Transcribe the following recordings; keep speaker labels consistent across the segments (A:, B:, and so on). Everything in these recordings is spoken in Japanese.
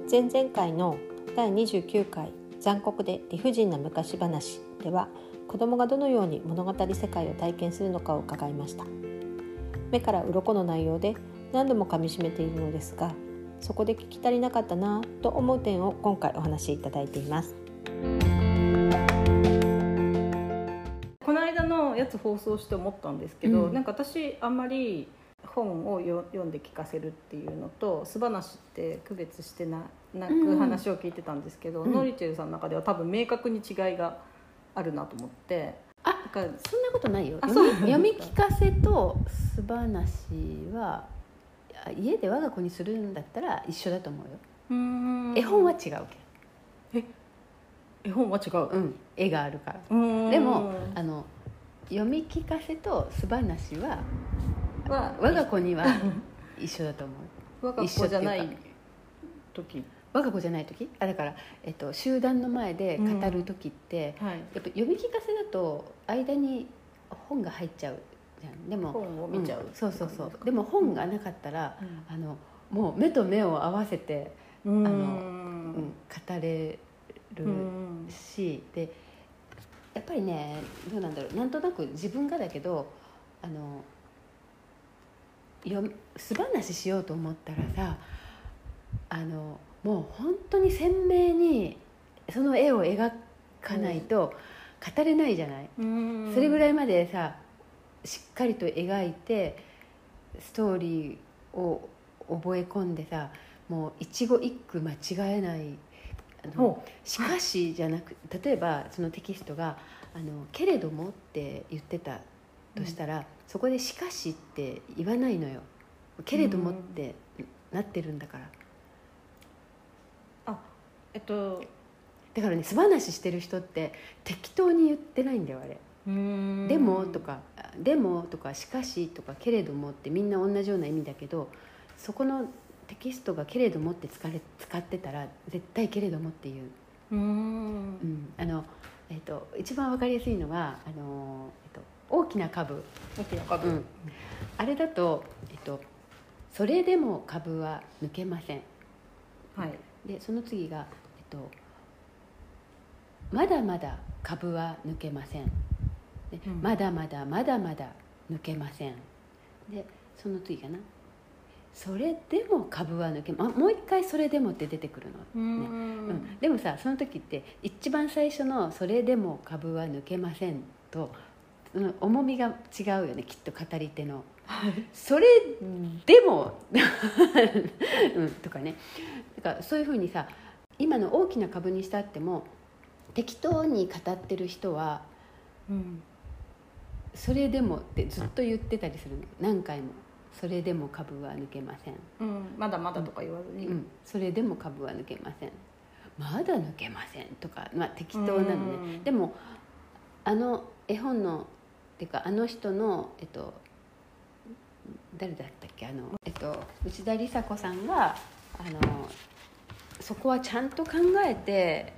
A: 前々回の第29回残酷で理不尽な昔話では、子供がどのように物語世界を体験するのかを伺いました。目から鱗の内容で何度も噛み締めているのですが、そこで聞き足りなかったなと思う点を今回お話しいただいています。
B: この間のやつ放送して思ったんですけど、なんか私あんまり本を読んで聞かせるっていうのと素話って区別してなく話を聞いてたんですけど、ノリチェルさんの中では多分明確に違いがあるなと思って。
C: そんなことないよ。読み聞かせと素話は家で我が子にするんだったら一緒だと思うよ。絵本は違うけど。
B: 絵本は違う、
C: 絵があるから。でも読み聞かせと素話は我が子には一緒だと思う。
B: 我が子じゃない時、
C: 我が子じゃない時、だから、集団の前で語る時って、やっぱ読み聞かせだと間に本が入っちゃうじゃん。でも
B: 本を見ちゃう、
C: そうでも本がなかったら、もう目と目を合わせて語れるし、でやっぱりね、どうなんだろう、なんとなく自分がだけど素話しようと思ったらさ、もう本当に鮮明にその絵を描かないと語れないじゃない。それぐらいまでさしっかりと描いてストーリーを覚え込んでさ、もう一語一句間違えない。しかしじゃなく、例えばそのテキストがけれどもって言ってたとしたら、そこでしかしって言わないのよ。けれどもってなってるんだから。だからね、素話してる人って適当に言ってないんだよあれ。でもとかしかしとかけれどもってみんな同じような意味だけど、そこのテキストがけれどもって使ってたら絶対けれどもっていう。一番わかりやすいのが大きな株、あれだと、それでも株は抜けません。でその次が、まだまだ株は抜けません。で、まだまだまだまだ抜けません。でその次かな、それでも株は抜けもう一回それでもって出てくるの、でもさ、その時って一番最初のそれでも株は抜けませんと重みが違うよね、きっと語り手の。それでもとかね、だからそういうふうにさ、今の大きな株にしたっても適当に語ってる人は、それでもってずっと言ってたりするの、何回も。それでも株は抜けません、
B: まだまだとか言わずに、
C: それでも株は抜けません、まだ抜けませんとか、適当なのね。でも絵本のっていうか人の誰だったっけ、内田理沙子さんがそこはちゃんと考えて、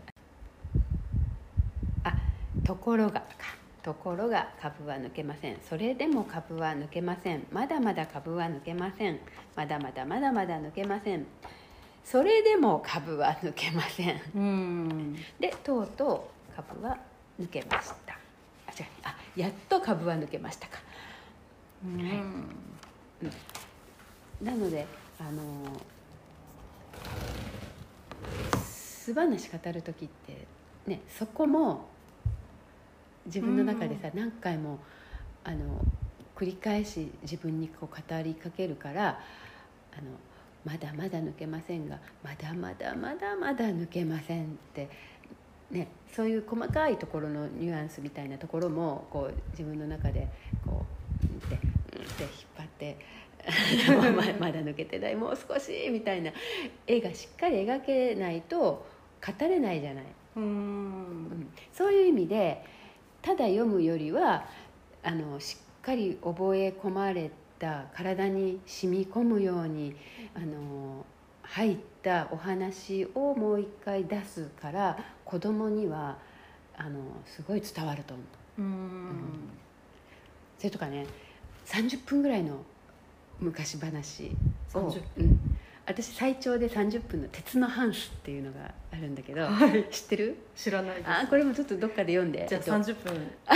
C: ところが株は抜けません、それでも株は抜けません、まだまだ株は抜けません、まだまだまだまだ抜けません、それでも株は抜けません、でとうとう株は抜けました。やっと株は抜けましたか。なので素話語る時ってね、そこも自分の中でさ、何回も繰り返し自分にこう語りかけるから、まだまだ抜けませんが、まだまだまだまだ抜けませんってね、そういう細かいところのニュアンスみたいなところもこう自分の中でこうって引っ張ってまだ抜けてない、もう少しみたいな絵がしっかり描けないと語れないじゃない。そういう意味でただ読むよりはしっかり覚え込まれた、体に染み込むように入ったお話をもう一回出すから、子供にはすごい伝わると思う。それとかね、30分ぐらいの昔話を、 私最長で30分の鉄のハンスっていうのがあるんだけど、
B: はい、
C: 知ってる？
B: 知らないです。
C: これもちょっとどっかで読んで。
B: じゃあ30分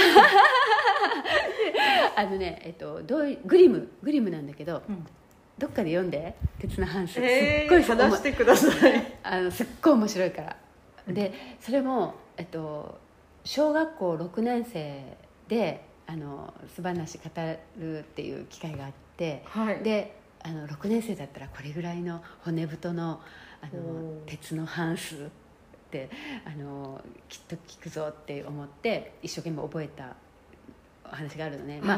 C: グリムなんだけど、どっかで読んで、鉄のハンス、すっごい
B: 話してください。
C: すっごい面白いから。でそれも、小学校6年生で素話語るっていう機会があって、
B: はい、
C: で6年生だったらこれぐらいの骨太の鉄のハンスってきっと聞くぞって思って一生懸命覚えたお話があるのね、はい、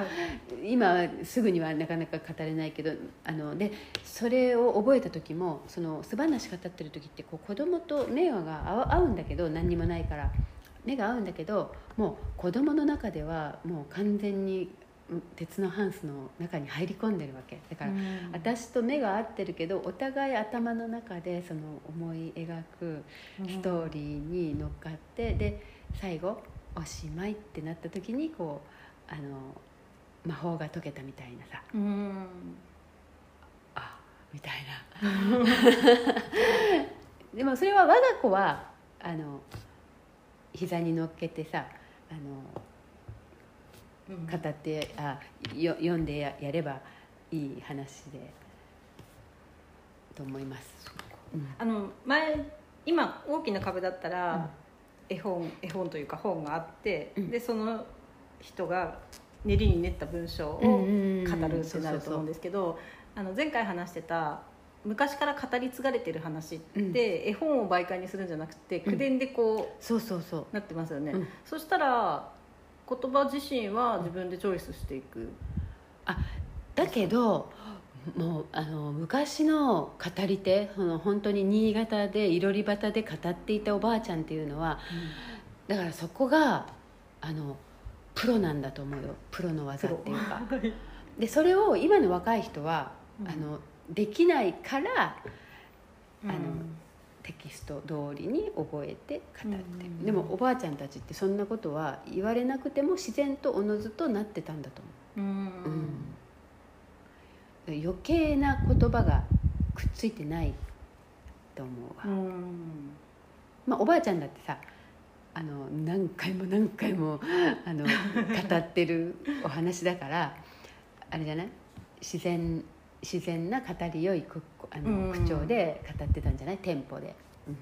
C: 今すぐにはなかなか語れないけどでそれを覚えた時もその素話語ってる時ってこう子供と目が合うんだけど、何にもないから目が合うんだけど、もう子供の中ではもう完全に鉄のハンスの中に入り込んでるわけだから、私と目が合ってるけどお互い頭の中でその思い描くストーリーに乗っかって、で最後おしまいってなった時にこう魔法が解けたみたいなさ、みたいなでもそれは我が子は膝に乗っけてさ語って読んで やればいい話でと思います。
B: 今大きな壁だったら、絵本というか本があって、でその人が練りに練った文章を語るってなると思うんですけど、前回話してた昔から語り継がれてる話って、絵本を媒介にするんじゃなくて口伝でこうなってますよね。そしたら言葉自身は自分でチョイスしていく。
C: だけどもう昔の語り手、本当に新潟でいろり端で語っていたおばあちゃんっていうのは、だからそこがプロなんだと思うよ。プロの技っていうかでそれを今の若い人は、できないからテキスト通りに覚えて語って、でもおばあちゃんたちってそんなことは言われなくても自然とおのずとなってたんだと思う。余計な言葉がくっついてないと思うわ。おばあちゃんだってさ何回も何回も語ってるお話だからあれじゃない、自然な語りよい口調で語ってたんじゃない、テンポで。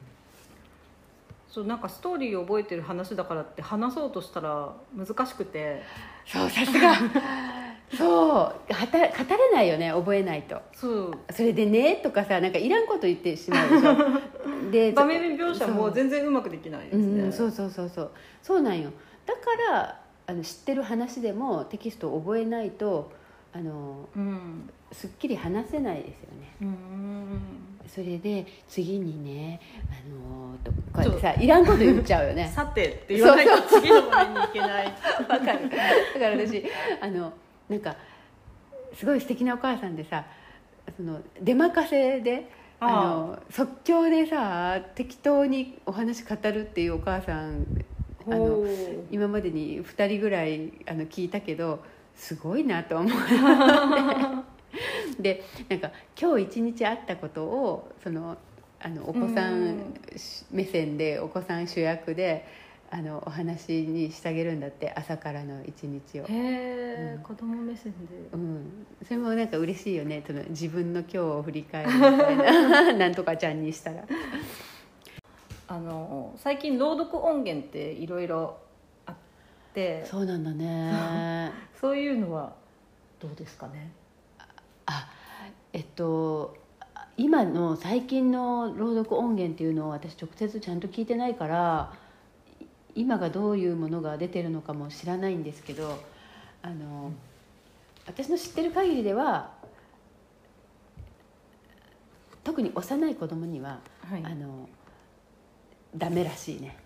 B: そうなんかストーリーを覚えてる話だからって話そうとしたら難しくて、
C: そうさすがそう語れないよね、覚えないと。それでねとかさ、なんかいらんこと言ってしまうでしょで
B: 場面描写も全然うまくできないですね。
C: そうなんよ。だから知ってる話でもテキストを覚えないとすっきり話せないですよね。それで次にねこうやってさいらんこと言っちゃうよね
B: さてって言わないと次の場面に行けない。
C: わかる。だから私なんかすごい素敵なお母さんでさ、出任せで即興でさ適当にお話語るっていうお母さん今までに2人ぐらい聞いたけどすごいなと思うでなんか今日一日あったことをお子さん目線でお子さん主役でお話にしてあげるんだって、朝からの一日を。
B: 子供目線で、
C: それもなんか嬉しいよね、自分の今日を振り返るみたいななんとかちゃんにしたら
B: 最近朗読音源っていろいろあって。
C: そうなんだね
B: そういうのはどうですかね。
C: 今の最近の朗読音源っていうのを私直接ちゃんと聞いてないから今がどういうものが出てるのかも知らないんですけど、私の知ってる限りでは特に幼い子供には、ダメらしいね。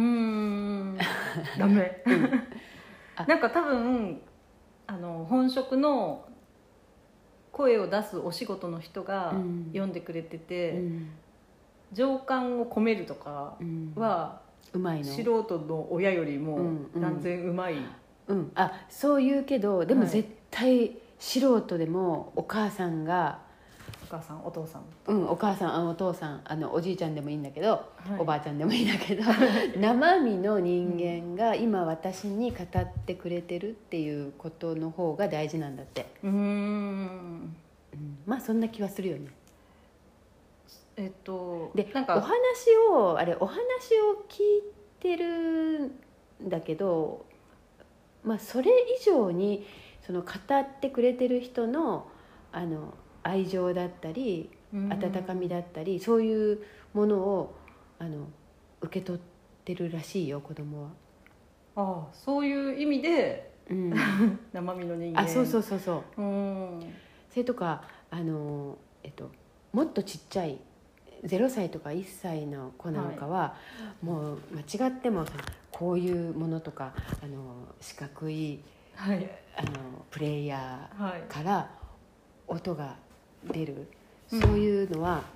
B: ダメなんか多分本職の声を出すお仕事の人が読んでくれてて、情感を込めるとかは、
C: うまいの
B: 素人の親よりも断然うまい、
C: そう言うけどでも絶対素人でもお母さんが
B: お母さんお父さん、
C: お母さんお父さんおじいちゃんでもいいんだけど、
B: はい、
C: おばあちゃんでもいいんだけど生身の人間が今私に語ってくれてるっていうことの方が大事なんだって。まあそんな気はするよね。で
B: なんか
C: お話を聞いてるんだけど、まあそれ以上にその語ってくれてる人の愛情だったり温かみだったり、そういうものを受け取ってるらしいよ、子供は。
B: ああ、そういう意味で、生身の人間。
C: そう。それとかもっとちっちゃい0歳とか1歳の子なんかは、もう間違ってもこういうものとか四角い、プレイヤーから音が出る、そういうのは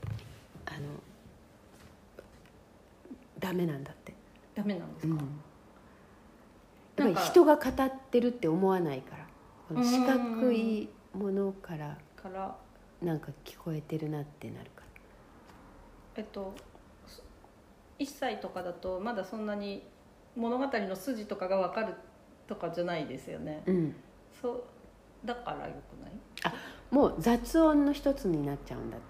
C: ダメなんだって。
B: ダメなんですか？
C: やっぱり人が語ってるって思わないから、この四角いものからなんか聞こえてるなってなるから。
B: 1歳とかだとまだそんなに物語の筋とかが分かるとかじゃないですよね。そうだからよくない？
C: もう雑音の一つになっちゃうんだって。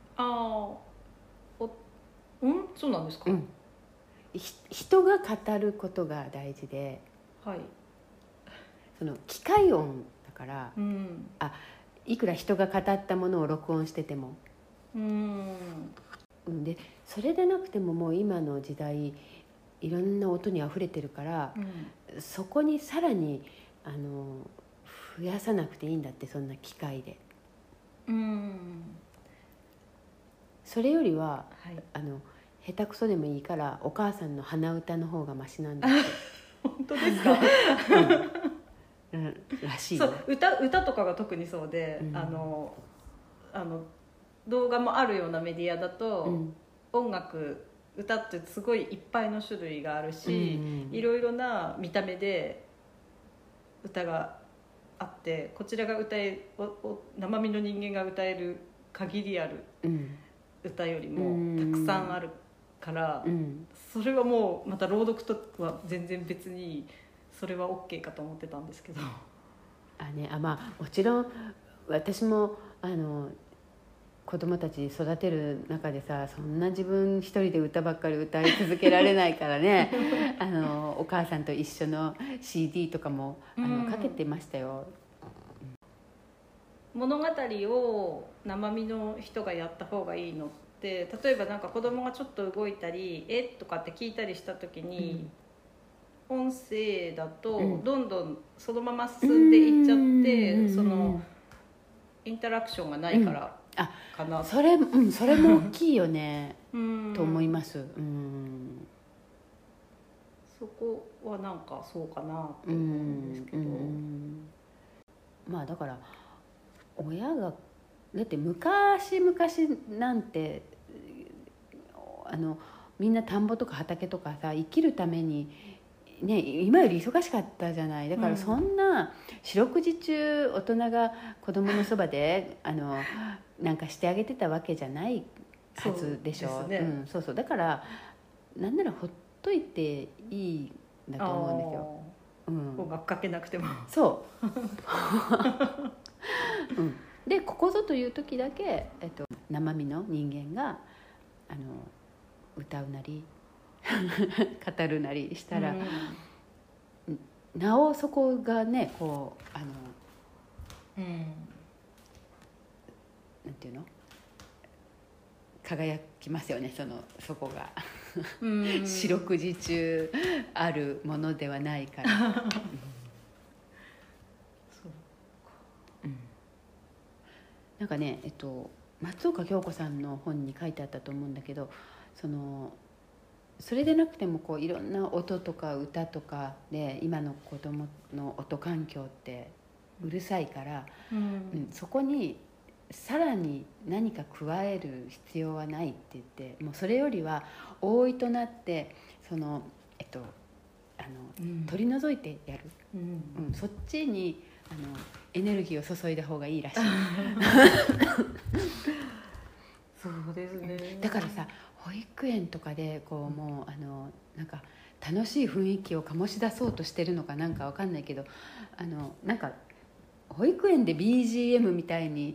B: そうなんですか？
C: 人が語ることが大事で、その機械音だから、いくら人が語ったものを録音してても、でそれでなくてももう今の時代いろんな音にあふれてるから、そこにさらに増やさなくていいんだって、そんな機械で。それよりは、下手くそでもいいからお母さんの鼻歌の方がマシなんだって。
B: 本当ですか？
C: らしいよ。
B: そう、歌とかが特にそうで、動画もあるようなメディアだと、音楽歌ってすごいいっぱいの種類があるし、いろいろな見た目で歌があって、こちらが生身の人間が歌える限りある歌よりもたくさんあるから、それはもうまた朗読とは全然別にそれは OK かと思ってたんですけど。
C: もちろん私も子供たち育てる中でさ、そんな自分一人で歌ばっかり歌い続けられないからねお母さんと一緒の CD とかもかけてましたよ。
B: 物語を生身の人がやった方がいいのって、例えばなんか子供がちょっと動いたりとかって聞いたりした時に、音声だとどんどんそのまま進んでいっちゃって、そのインタラクションがないからかな。
C: それも大きいよねと思います。
B: そこはなんかそうかなと思うんですけど、
C: だから親がだって昔なんてみんな田んぼとか畑とかさ、生きるためにね、今より忙しかったじゃない。だからそんな四六時中大人が子供のそばでなんかしてあげてたわけじゃないはずでしょ。そうだからなんならほっといていいんだと思うんですよ。
B: 音楽かけなくても。
C: そう、でここぞという時だけ、生身の人間が歌うなり語るなりしたら、なおそこがねこうなんていうの、輝きますよね、そこが四六時中あるものではないから。なんかね、松岡京子さんの本に書いてあったと思うんだけど、それでなくてもこういろんな音とか歌とかで今の子供の音環境ってうるさいから、そこにさらに何か加える必要はないって言って、もうそれよりは大いとなって取り除いてやる、そっちにエネルギーを注いだ方がいいらしい。 園とかでこうもうなんか楽しい雰囲気を醸し出そうとしてるのかなんかわかんないけどなんか保育園で BGM みたいに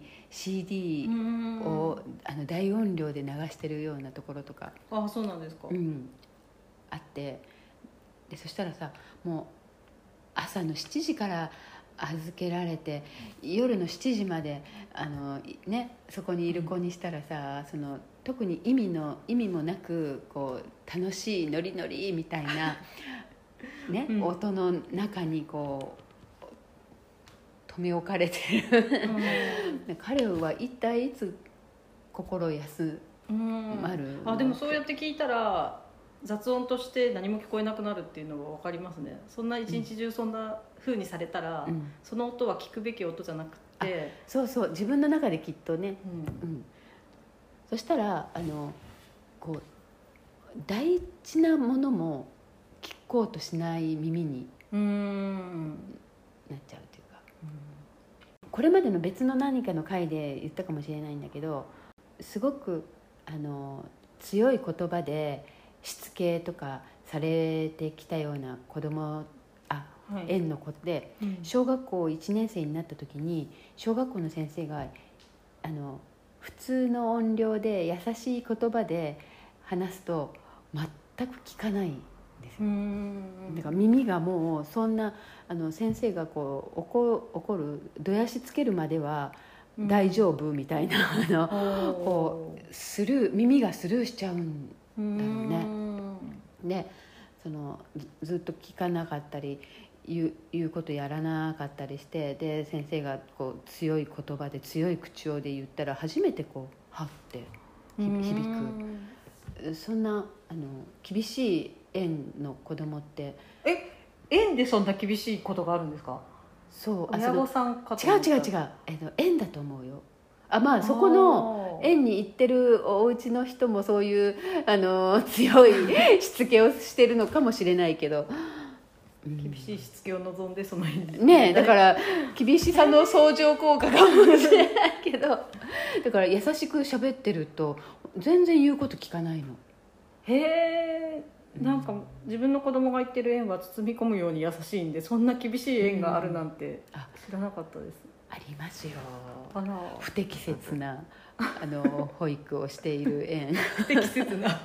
C: CD を大音量で流してるようなところとか
B: あ、そうなんですか。
C: あって、でそしたらさ、もう朝の7時から預けられて夜の7時までそこにいる子にしたらさ、特に意味もなくこう楽しいノリノリみたいな、音の中にこう留め置かれてる彼は一体いつ心休まる
B: でもそうやって聞いたら雑音として何も聞こえなくなるっていうのが分かりますね。そんな一日中そんな風にされたら、その音は聞くべき音じゃなくて、
C: そう自分の中できっとね、そしたらこう大事なものも聞こうとしない耳になっちゃうというか、これまでの別の何かの回で言ったかもしれないんだけど、すごく強い言葉でしつけとかされてきたような子供園の子で、小学校1年生になった時に小学校の先生が普通の音量で優しい言葉で話すと全く聞かないんですよ。だから耳がもうそんな先生がこう怒るどやしつけるまでは大丈夫みたいなこう耳がスルーしちゃうんだろうね。でずっと聞かなかったり言うことやらなかったりして、で先生がこう強い言葉で強い口調で言ったら初めてこうはって響く。そんな厳しい園の子供って
B: 園でそんな厳しいことがあるんですか？
C: そう、
B: 親御さんかと
C: 違う園だと思うよ。そこの園に行ってるお家の人もそういう強いしつけをしてるのかもしれないけど、
B: 厳しいしつけを望んでその園に
C: ね、だから厳しさの相乗効果かもしれないけど、だから優しく喋ってると全然言うこと聞かないの。
B: へえ。なんか自分の子供が行ってる園は包み込むように優しいんで、そんな厳しい園があるなんて知らなかったです。
C: ありますよ。不適切な保育をしている園。
B: 不適切な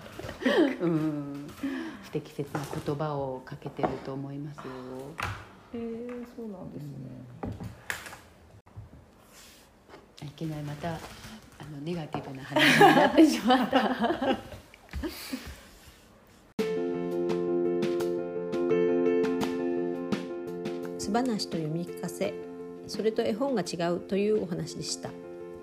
C: 不適切な言葉をかけてると思いますよ。
B: そうなんですね。
C: いけない、またネガティブな話になってしまった
A: 素話と読み聞かせ、それと絵本が違うというお話でした。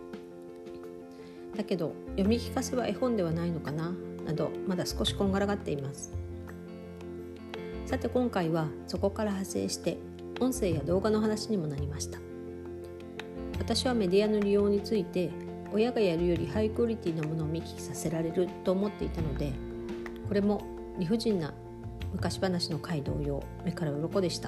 A: だけど読み聞かせは絵本ではないのかななど、まだ少しこんがらがっています。さて今回はそこから派生して音声や動画の話にもなりました。私はメディアの利用について親がやるよりハイクオリティなものを見聞きさせられると思っていたので、これも理不尽な昔話の回同様、目から鱗でした。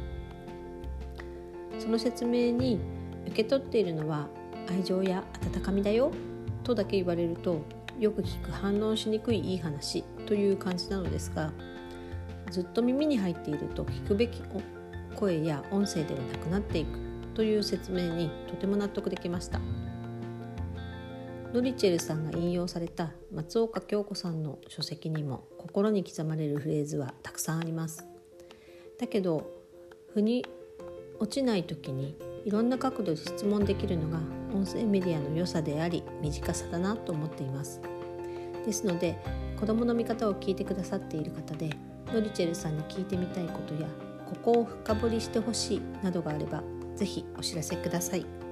A: その説明に受け取っているのは愛情や温かみだよとだけ言われると、よく聞く反論しにくいいい話という感じなのですが、ずっと耳に入っていると聞くべき声や音声ではなくなっていくという説明にとても納得できました。ノリチェルさんが引用された松岡京子さんの書籍にも心に刻まれるフレーズはたくさんあります。だけど腑に落ちない時にいろんな角度で質問できるのが音声メディアの良さであり短さだなと思っています。ですので子どもの見方を聞いてくださっている方で、ノリチェルさんに聞いてみたいことやここを深掘りしてほしいなどがあればぜひお知らせください。